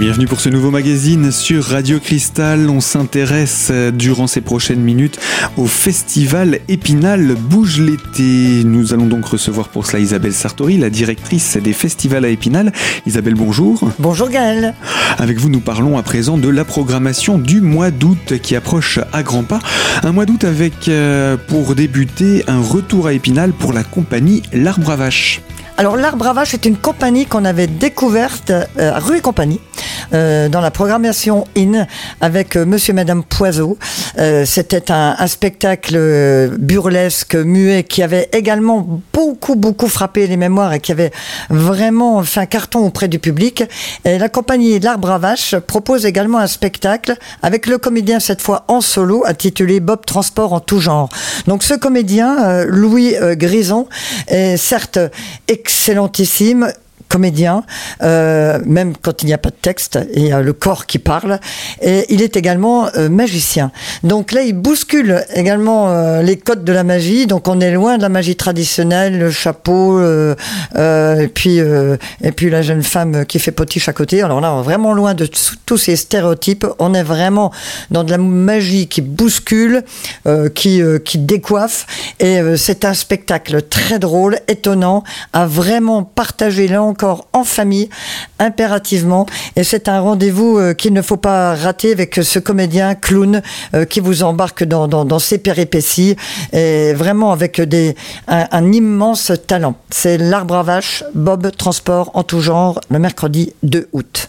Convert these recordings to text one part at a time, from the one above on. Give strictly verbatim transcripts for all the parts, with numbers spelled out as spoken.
Bienvenue pour ce nouveau magazine sur Radio Cristal. On s'intéresse durant ces prochaines minutes au festival Épinal Bouge l'été. Nous allons donc recevoir pour cela Isabelle Sartori, la directrice des festivals à Épinal. Isabelle, bonjour. Bonjour Gaël. Avec vous, nous parlons à présent de la programmation du mois d'août qui approche à grands pas. Un mois d'août avec, euh, pour débuter, un retour à Épinal pour la compagnie L'Arbre à Vache. Alors l'Arbre à Vache est une compagnie qu'on avait découverte euh, à Rue et Compagnie euh, dans la programmation In avec euh, Monsieur et Madame Poiseau. Euh, c'était un, un spectacle euh, burlesque, muet, qui avait également beaucoup beaucoup frappé les mémoires et qui avait vraiment fait un carton auprès du public. Et la compagnie L'Arbre à Vache propose également un spectacle avec le comédien cette fois en solo intitulé Bob Transport en tout genre. Donc ce comédien euh, Louis euh, Grison est certes excellentissime comédien, euh, même quand il n'y a pas de texte, il y a le corps qui parle, et il est également euh, magicien. Donc là, il bouscule également euh, les codes de la magie, donc on est loin de la magie traditionnelle, le chapeau, euh, euh, et, puis, euh, et puis la jeune femme qui fait potiche à côté. Alors là, on est vraiment loin de t- tous ces stéréotypes, on est vraiment dans de la magie qui bouscule, euh, qui, euh, qui décoiffe, et euh, c'est un spectacle très drôle, étonnant, à vraiment partager là encore en famille, impérativement. Et c'est un rendez-vous euh, qu'il ne faut pas rater avec ce comédien clown euh, qui vous embarque dans, dans, dans ses péripéties, et vraiment avec des, un, un immense talent. C'est L'Arbre à Vache, Bob Transport en tout genre, le mercredi deux août.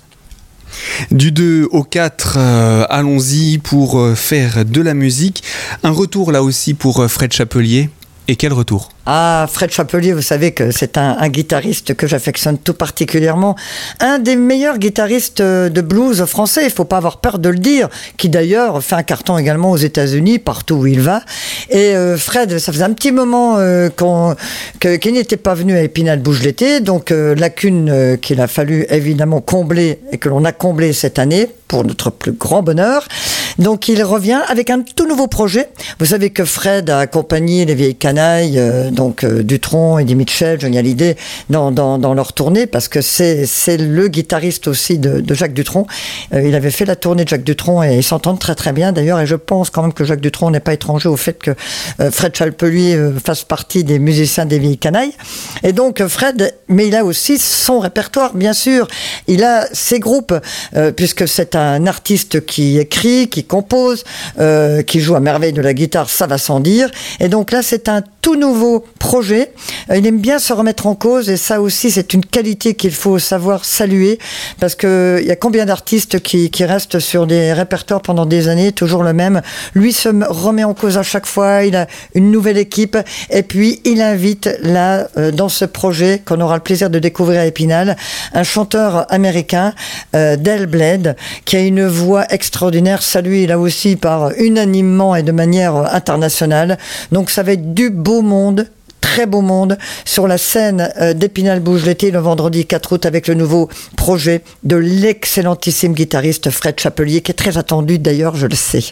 Du deux au quatre, euh, allons-y pour euh, faire de la musique. Un retour là aussi pour euh, Fred Chapelier. Et quel retour ? Ah, Fred Chapelier, vous savez que c'est un, un guitariste que j'affectionne tout particulièrement. Un des meilleurs guitaristes de blues français, il ne faut pas avoir peur de le dire, qui d'ailleurs fait un carton également aux États-Unis, partout où il va. Et euh, Fred, ça faisait un petit moment euh, qu'on, que, qu'il n'était pas venu à Épinal Bouge l'été, donc euh, lacune euh, qu'il a fallu évidemment combler et que l'on a comblé cette année, pour notre plus grand bonheur. Donc il revient avec un tout nouveau projet. Vous savez que Fred a accompagné les vieilles canailles, euh, donc euh, Dutronc, Eddie Mitchell, Johnny Hallyday, dans, dans, dans leur tournée, parce que c'est, c'est le guitariste aussi de, de Jacques Dutronc. Euh, il avait fait la tournée de Jacques Dutronc et ils s'entendent très très bien d'ailleurs, et je pense quand même que Jacques Dutronc n'est pas étranger au fait que euh, Fred Chapelier euh, fasse partie des musiciens des vieilles canailles. Et donc Fred, mais il a aussi son répertoire, bien sûr. Il a ses groupes, euh, puisque c'est un artiste qui écrit, qui compose, euh, qui joue à merveille de la guitare, ça va sans dire. Et donc là, c'est un tout nouveau projet. Euh, il aime bien se remettre en cause, et ça aussi, c'est une qualité qu'il faut savoir saluer, parce que il y a combien d'artistes qui, qui restent sur des répertoires pendant des années, toujours le même. Lui se remet en cause à chaque fois, il a une nouvelle équipe, et puis il invite là, euh, dans ce projet, qu'on aura le plaisir de découvrir à Épinal, un chanteur américain, euh, Del Blade, qui a une voix extraordinaire, saluée là aussi par unanimement et de manière internationale. Donc ça va être du beau monde, très beau monde, sur la scène d'Épinal Bouge l'été le vendredi quatre août, avec le nouveau projet de l'excellentissime guitariste Fred Chapelier, qui est très attendu d'ailleurs, je le sais.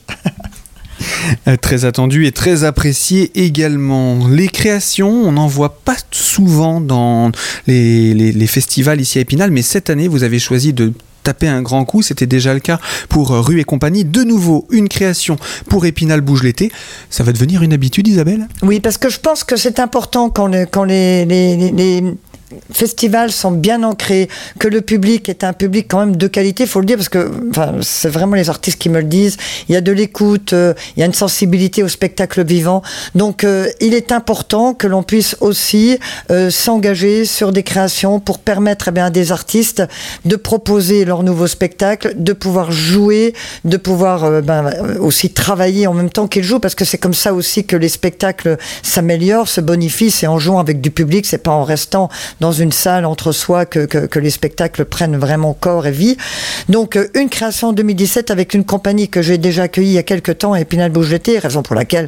Très attendu et très apprécié également. Les créations, on n'en voit pas souvent dans les, les, les festivals ici à Épinal, mais cette année, vous avez choisi de taper un grand coup. C'était déjà le cas pour Rue et Compagnie. De nouveau, une création pour Épinal Bouge l'été. Ça va devenir une habitude, Isabelle ? Oui, parce que je pense que c'est important quand, le, quand les... les, les, les... festivals sont bien ancrés, que le public est un public quand même de qualité, il faut le dire, parce que enfin, c'est vraiment les artistes qui me le disent. Il y a de l'écoute, euh, il y a une sensibilité au spectacle vivant. Donc euh, il est important que l'on puisse aussi euh, s'engager sur des créations pour permettre eh bien, à des artistes de proposer leur nouveau spectacle, de pouvoir jouer, de pouvoir euh, ben, aussi travailler en même temps qu'ils jouent, parce que c'est comme ça aussi que les spectacles s'améliorent, se bonifient. C'est en jouant avec du public, c'est pas en restant dans une salle entre soi que, que, que les spectacles prennent vraiment corps et vie. Donc une création en deux mille dix-sept avec une compagnie que j'ai déjà accueillie il y a quelques temps à Épinal Bouge l'été, raison pour laquelle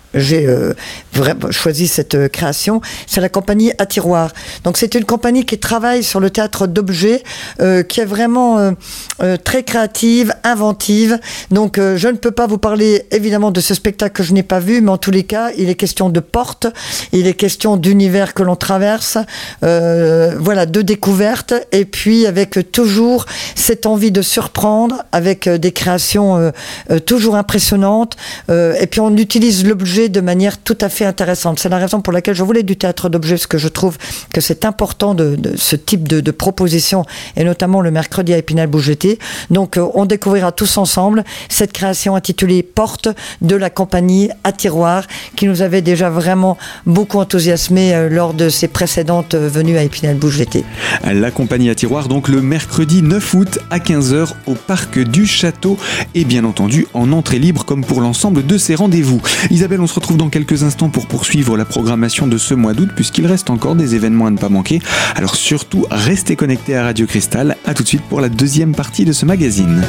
j'ai euh, vraiment choisi cette euh, création, c'est la compagnie À Tiroir. Donc c'est une compagnie qui travaille sur le théâtre d'objets, euh, qui est vraiment euh, euh, très créative, inventive. Donc euh, je ne peux pas vous parler évidemment de ce spectacle que je n'ai pas vu, mais en tous les cas, il est question de portes, il est question d'univers que l'on traverse, euh, voilà, de découvertes, et puis avec toujours cette envie de surprendre, avec euh, des créations euh, euh, toujours impressionnantes, euh, et puis on utilise l'objet de manière tout à fait intéressante. C'est la raison pour laquelle je voulais du théâtre d'objets, parce que je trouve que c'est important de, de ce type de, de proposition, et notamment le mercredi à Épinal-Bouge-l'été. Donc euh, on découvrira tous ensemble cette création intitulée Porte de la compagnie À Tiroir, qui nous avait déjà vraiment beaucoup enthousiasmé euh, lors de ses précédentes euh, venues à Épinal-Bouge-l'été. La compagnie À Tiroir, donc le mercredi neuf août à quinze heures au parc du Château, et bien entendu en entrée libre comme pour l'ensemble de ces rendez-vous. Isabelle, on se retrouve dans quelques instants pour poursuivre la programmation de ce mois d'août, puisqu'il reste encore des événements à ne pas manquer. Alors surtout, restez connectés à Radio Cristal. À tout de suite pour la deuxième partie de ce magazine.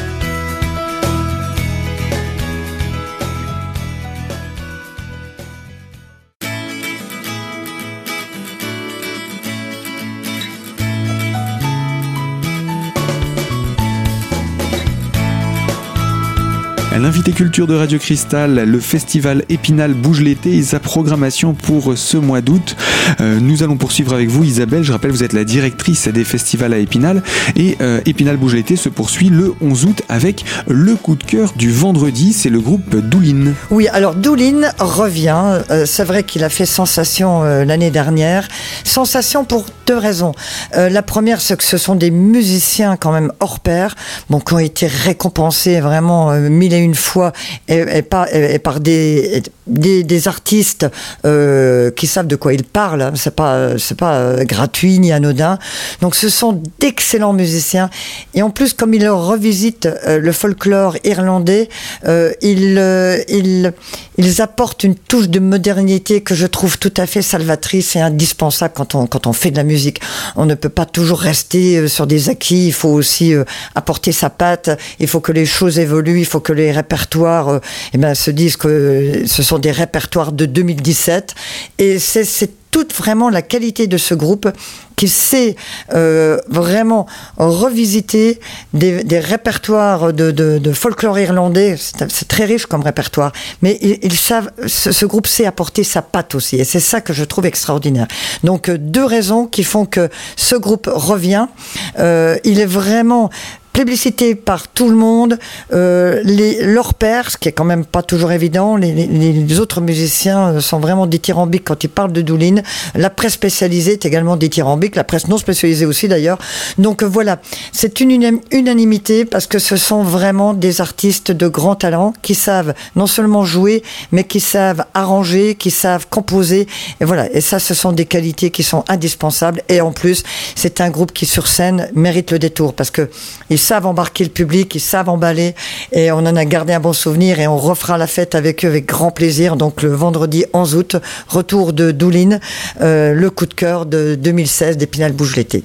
L'invité culture de Radio Cristal, le festival Épinal Bouge l'été et sa programmation pour ce mois d'août. Euh, nous allons poursuivre avec vous, Isabelle. Je rappelle, vous êtes la directrice des festivals à Épinal, et euh, Épinal Bouge l'été se poursuit le onze août avec le coup de cœur du vendredi. C'est le groupe Doulin. Oui, alors Doulin revient. Euh, c'est vrai qu'il a fait sensation euh, l'année dernière. Sensation pour deux raisons. Euh, la première, c'est que ce sont des musiciens quand même hors pair, bon, qui ont été récompensés vraiment euh, mille et une fois, et, et, par, et, et par des, des, des artistes euh, qui savent de quoi ils parlent. C'est pas, c'est pas euh, gratuit ni anodin. Donc ce sont d'excellents musiciens, et en plus, comme ils revisitent euh, le folklore irlandais, euh, ils, euh, ils, ils apportent une touche de modernité que je trouve tout à fait salvatrice et indispensable quand on, quand on fait de la musique. On ne peut pas toujours rester euh, sur des acquis, il faut aussi euh, apporter sa patte, il faut que les choses évoluent, il faut que les répertoires euh, eh ben, se disent que ce sont des répertoires de deux mille dix-sept, et c'est, c'est toute vraiment la qualité de ce groupe qui sait euh, vraiment revisiter des, des répertoires de, de, de folklore irlandais. C'est, c'est très riche comme répertoire, mais ils, ils savent, ce, ce groupe sait apporter sa patte aussi, et c'est ça que je trouve extraordinaire. Donc euh, deux raisons qui font que ce groupe revient. Euh, il est vraiment plébiscité par tout le monde, euh, les, leurs pairs, ce qui est quand même pas toujours évident. Les, les, les autres musiciens sont vraiment dithyrambiques quand ils parlent de Doulin. La presse spécialisée est également dithyrambique, la presse non spécialisée aussi d'ailleurs. Donc euh, voilà, c'est une unim- unanimité parce que ce sont vraiment des artistes de grand talent qui savent non seulement jouer, mais qui savent arranger, qui savent composer. Et voilà, et ça, ce sont des qualités qui sont indispensables. Et en plus, c'est un groupe qui sur scène mérite le détour parce que ils savent embarquer le public, ils savent emballer, et on en a gardé un bon souvenir, et on refera la fête avec eux avec grand plaisir. Donc le vendredi onze août, retour de Doulin, euh, le coup de cœur de deux mille seize d'Épinal Bouge l'été.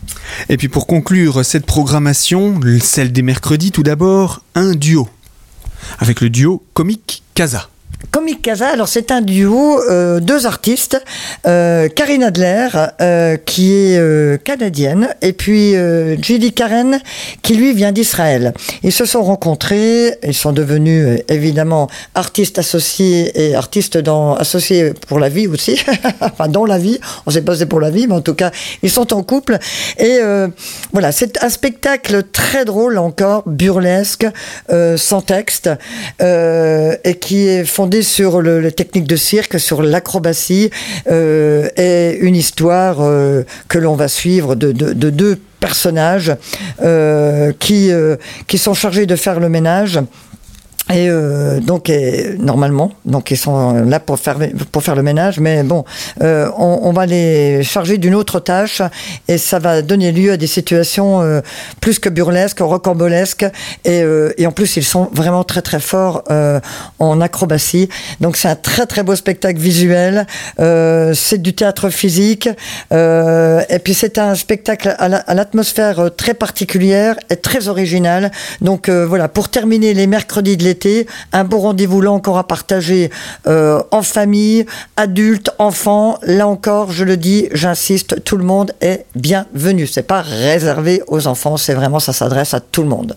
Et puis pour conclure cette programmation, celle des mercredis, tout d'abord, un duo, avec le duo Comique Casa. Comique Casa, alors c'est un duo, euh, deux artistes, euh, Karine Adler, euh, qui est euh, canadienne, et puis euh, Judy Karen, qui lui vient d'Israël. Ils se sont rencontrés, ils sont devenus euh, évidemment artistes associés et artistes dans, associés pour la vie aussi, enfin dans la vie, on ne sait pas si c'est pour la vie, mais en tout cas, ils sont en couple. Et euh, voilà, c'est un spectacle très drôle encore, burlesque, euh, sans texte, euh, et qui est fondé sur le, les techniques de cirque, sur l'acrobatie, euh, et une histoire euh, que l'on va suivre de, de, de deux personnages euh, qui, euh, qui sont chargés de faire le ménage. Et euh, donc et, normalement, donc ils sont là pour faire pour faire le ménage, mais bon, euh, on, on va les charger d'une autre tâche, et ça va donner lieu à des situations euh, plus que burlesques, rocambolesques, et, euh, et en plus ils sont vraiment très très forts euh, en acrobatie. Donc c'est un très très beau spectacle visuel, euh, c'est du théâtre physique, euh, et puis c'est un spectacle à, la, à l'atmosphère très particulière et très originale. Donc euh, voilà, pour terminer les mercredis de l'été, l'été. Un beau rendez-vous là encore à partager euh, en famille, adultes, enfants. Là encore, je le dis, j'insiste, tout le monde est bienvenu. C'est pas réservé aux enfants, c'est vraiment, ça s'adresse à tout le monde.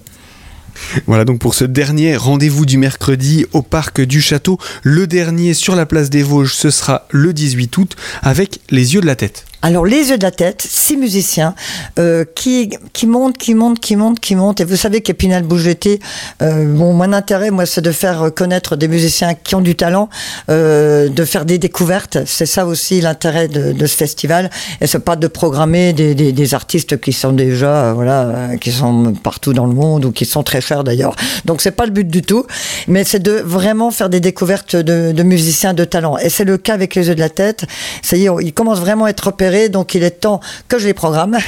Voilà donc pour ce dernier rendez-vous du mercredi au parc du Château. Le dernier sur la place des Vosges, ce sera le dix-huit août avec Les Yeux de la Tête. Alors, Les Yeux de la Tête, six musiciens euh, qui, qui montent, qui montent, qui montent, qui montent. Et vous savez qu'Épinal Bouge l'été, euh, bon, mon intérêt, moi, c'est de faire connaître des musiciens qui ont du talent, euh, de faire des découvertes. C'est ça aussi l'intérêt de, de ce festival. Et c'est pas de programmer des, des, des artistes qui sont déjà, euh, voilà, euh, qui sont partout dans le monde ou qui sont très chers d'ailleurs. Donc, c'est pas le but du tout. Mais c'est de vraiment faire des découvertes de, de musiciens de talent. Et c'est le cas avec Les Yeux de la Tête. Ça y est, ils commencent vraiment à être repérés. Donc il est temps que je les programme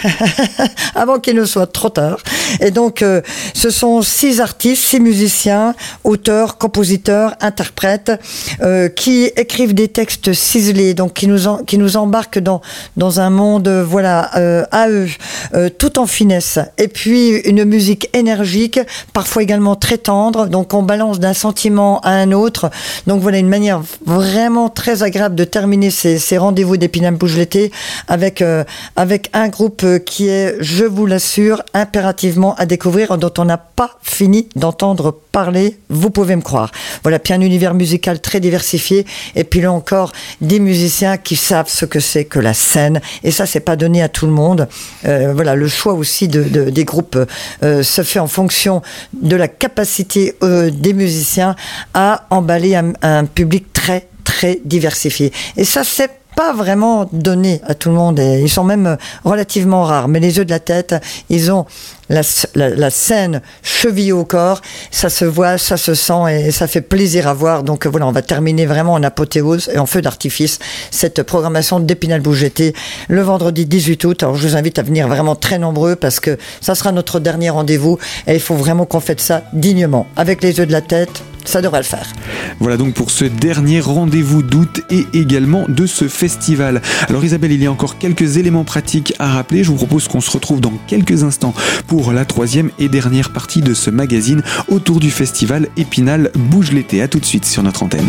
avant qu'il ne soit trop tard. Et donc euh, ce sont six artistes, six musiciens, auteurs, compositeurs, interprètes euh, qui écrivent des textes ciselés, donc qui nous en, qui nous embarquent dans dans un monde euh, voilà euh, à eux, euh, tout en finesse. Et puis une musique énergique, parfois également très tendre. Donc on balance d'un sentiment à un autre. Donc voilà une manière vraiment très agréable de terminer ces, ces rendez-vous d'Épinal Bouge l'été. Avec, euh, avec un groupe qui est, je vous l'assure, impérativement à découvrir, dont on n'a pas fini d'entendre parler, vous pouvez me croire. Voilà, puis un univers musical très diversifié, et puis là encore, des musiciens qui savent ce que c'est que la scène, et ça, c'est pas donné à tout le monde. Euh, voilà, le choix aussi de, de, des groupes euh, se fait en fonction de la capacité euh, des musiciens à emballer un, un public très, très diversifié. Et ça, c'est pas vraiment donné à tout le monde, et ils sont même relativement rares. Mais Les Yeux de la Tête, ils ont la, la, la scène chevillée au corps, ça se voit, ça se sent, et ça fait plaisir à voir. Donc voilà, on va terminer vraiment en apothéose et en feu d'artifice cette programmation d'Épinal Bouge l'été le vendredi dix-huit août. Alors je vous invite à venir vraiment très nombreux, parce que ça sera notre dernier rendez-vous, et il faut vraiment qu'on fête ça dignement. Avec Les Yeux de la Tête, ça devrait le faire. Voilà donc pour ce dernier rendez-vous d'août et également de ce festival. Alors Isabelle, il y a encore quelques éléments pratiques à rappeler. Je vous propose qu'on se retrouve dans quelques instants pour la troisième et dernière partie de ce magazine autour du festival Épinal Bouge l'été. À tout de suite sur notre antenne.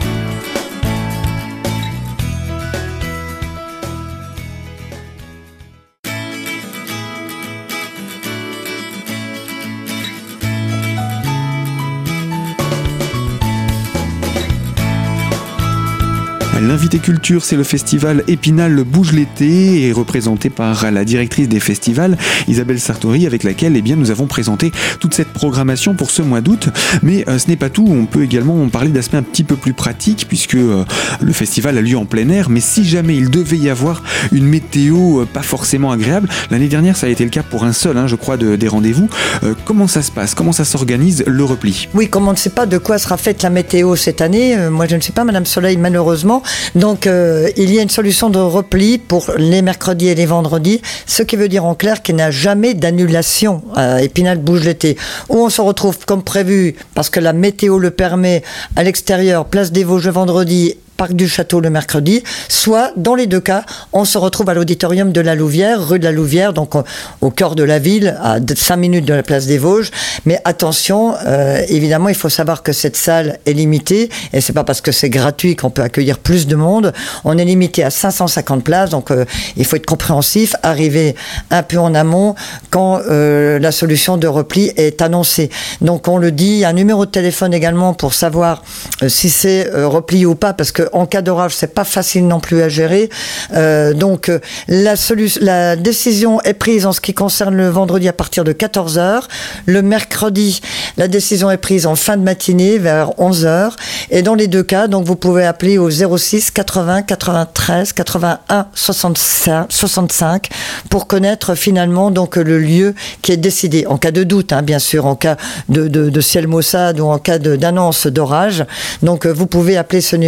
L'invité culture, c'est le festival Épinal Bouge l'été, et représenté par la directrice des festivals, Isabelle Sartori, avec laquelle eh bien, nous avons présenté toute cette programmation pour ce mois d'août. Mais euh, ce n'est pas tout, on peut également parler d'aspects un petit peu plus pratiques, puisque euh, le festival a lieu en plein air, mais si jamais il devait y avoir une météo euh, pas forcément agréable, l'année dernière ça a été le cas pour un seul, hein, je crois, de, des rendez-vous, euh, comment ça se passe, comment ça s'organise le repli? Oui, comme on ne sait pas de quoi sera faite la météo cette année, euh, moi je ne sais pas, Madame Soleil, malheureusement. Donc euh, il y a une solution de repli pour les mercredis et les vendredis, ce qui veut dire en clair qu'il n'y a jamais d'annulation à Épinal Bouge l'été, où on se retrouve comme prévu, parce que la météo le permet, à l'extérieur, place des Vosges vendredi, Parc du Château le mercredi, soit, dans les deux cas, on se retrouve à l'auditorium de la Louvière, rue de la Louvière, donc au, au cœur de la ville, à cinq minutes de la place des Vosges. Mais attention, euh, évidemment, il faut savoir que cette salle est limitée, et c'est pas parce que c'est gratuit qu'on peut accueillir plus de monde. On est limité à cinq cent cinquante places, donc euh, il faut être compréhensif, arriver un peu en amont quand euh, la solution de repli est annoncée. Donc on le dit, il y a un numéro de téléphone également pour savoir euh, si c'est euh, repli ou pas, parce que en cas d'orage, c'est pas facile non plus à gérer. Euh, donc, la, solu- la décision est prise en ce qui concerne le vendredi à partir de quatorze heures. Le mercredi, la décision est prise en fin de matinée vers onze heures. Et dans les deux cas, donc, vous pouvez appeler au zéro six quatre-vingts quatre-vingt-treize quatre-vingt-un soixante-cinq pour connaître finalement donc le lieu qui est décidé. En cas de doute, hein, bien sûr, en cas de, de, de ciel maussade ou en cas de, d'annonce d'orage. Donc, vous pouvez appeler ce numéro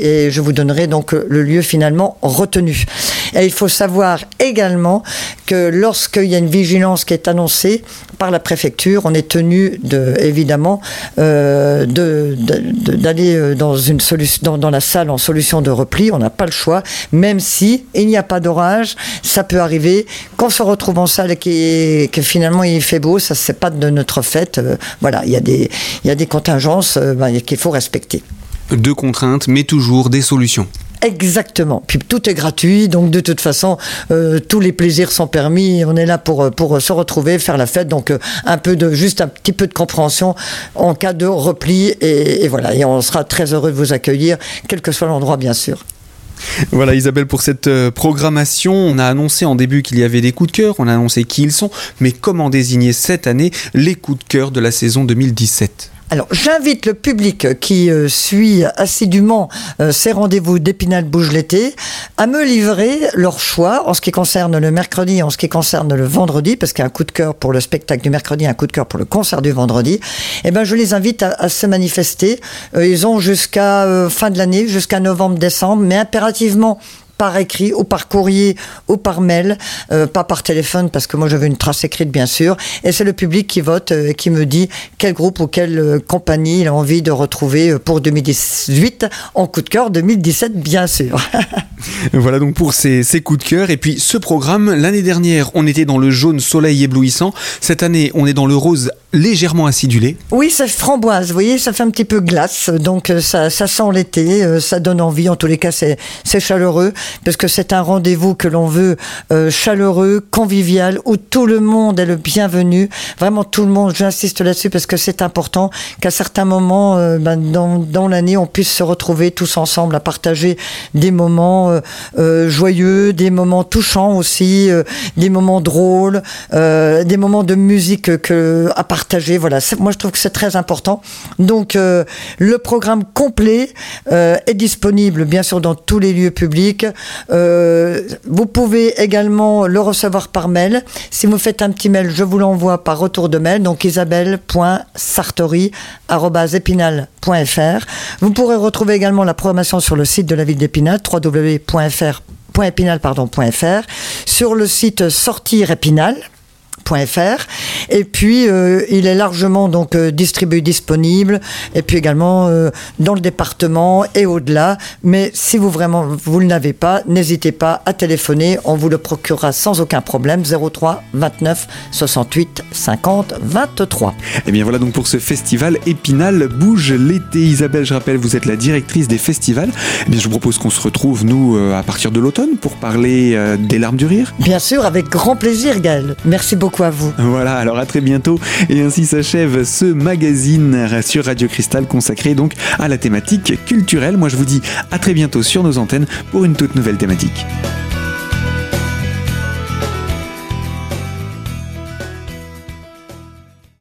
et je vous donnerai donc le lieu finalement retenu. Et il faut savoir également que lorsqu'il y a une vigilance qui est annoncée par la préfecture, on est tenu de, évidemment euh, de, de, de, d'aller dans, une solution, dans, dans la salle en solution de repli. On n'a pas le choix, même si il n'y a pas d'orage, ça peut arriver qu'on se retrouve en salle et qu'il, que finalement il fait beau, ça c'est pas de notre fait. Euh, voilà, il y a des, il y a des contingences euh, ben, qu'il faut respecter. Deux contraintes, mais toujours des solutions. Exactement. Puis tout est gratuit, donc de toute façon, euh, tous les plaisirs sont permis. On est là pour pour se retrouver, faire la fête. Donc euh, un peu de, juste un petit peu de compréhension en cas de repli, et, et voilà. Et on sera très heureux de vous accueillir, quel que soit l'endroit, bien sûr. Voilà Isabelle, pour cette programmation, on a annoncé en début qu'il y avait des coups de cœur, on a annoncé qui ils sont, mais comment désigner cette année les coups de cœur de la saison deux mille dix-sept ? Alors, j'invite le public qui euh, suit assidûment euh, ces rendez-vous d'Épinal Bouge l'été à me livrer leur choix en ce qui concerne le mercredi et en ce qui concerne le vendredi, parce qu'il y a un coup de cœur pour le spectacle du mercredi, un coup de cœur pour le concert du vendredi. Eh ben, je les invite à, à se manifester. Euh, ils ont jusqu'à euh, fin de l'année, jusqu'à novembre-décembre, mais impérativement par écrit ou par courrier ou par mail, euh, pas par téléphone, parce que moi j'avais une trace écrite bien sûr, et c'est le public qui vote et euh, qui me dit quel groupe ou quelle euh, compagnie il a envie de retrouver euh, pour deux mille dix-huit en coup de cœur deux mille dix-sept bien sûr. Voilà donc pour ces, ces coups de cœur. Et puis ce programme, l'année dernière on était dans le jaune soleil éblouissant, cette année on est dans le rose légèrement acidulé. Oui, c'est framboise, vous voyez, ça fait un petit peu glace, donc ça, ça sent l'été, ça donne envie, en tous les cas c'est, c'est chaleureux, parce que c'est un rendez-vous que l'on veut euh, chaleureux, convivial, où tout le monde est le bienvenu, vraiment tout le monde, j'insiste là-dessus parce que c'est important qu'à certains moments euh, ben, dans, dans l'année on puisse se retrouver tous ensemble à partager des moments euh, euh, joyeux, des moments touchants aussi, euh, des moments drôles, euh, des moments de musique que, à partager. Voilà, c'est, moi je trouve que c'est très important. Donc euh, le programme complet euh, est disponible bien sûr dans tous les lieux publics. Euh, vous pouvez également le recevoir par mail. Si vous faites un petit mail, je vous l'envoie par retour de mail, donc isabelle point sartori arobase épinal point f r. Vous pourrez retrouver également la programmation sur le site de la ville d'Épinal, w w w point f r point épinal pardon point f r, sur le site sortir épinal point f r, et puis euh, il est largement donc euh, distribué, disponible, et puis également euh, dans le département et au-delà. Mais si vous vraiment vous ne l'avez pas, n'hésitez pas à téléphoner, on vous le procurera sans aucun problème. Zéro trois vingt-neuf soixante-huit cinquante vingt-trois. Et bien voilà donc pour ce festival Épinal Bouge l'été. Isabelle, je rappelle, vous êtes la directrice des festivals. Et bien je vous propose qu'on se retrouve nous euh, à partir de l'automne pour parler euh, des Larmes du Rire. Bien sûr, avec grand plaisir Gaël. Merci beaucoup à vous. Voilà, alors à très bientôt. Et ainsi s'achève ce magazine sur Radio Cristal consacré donc à la thématique culturelle. Moi je vous dis à très bientôt sur nos antennes pour une toute nouvelle thématique.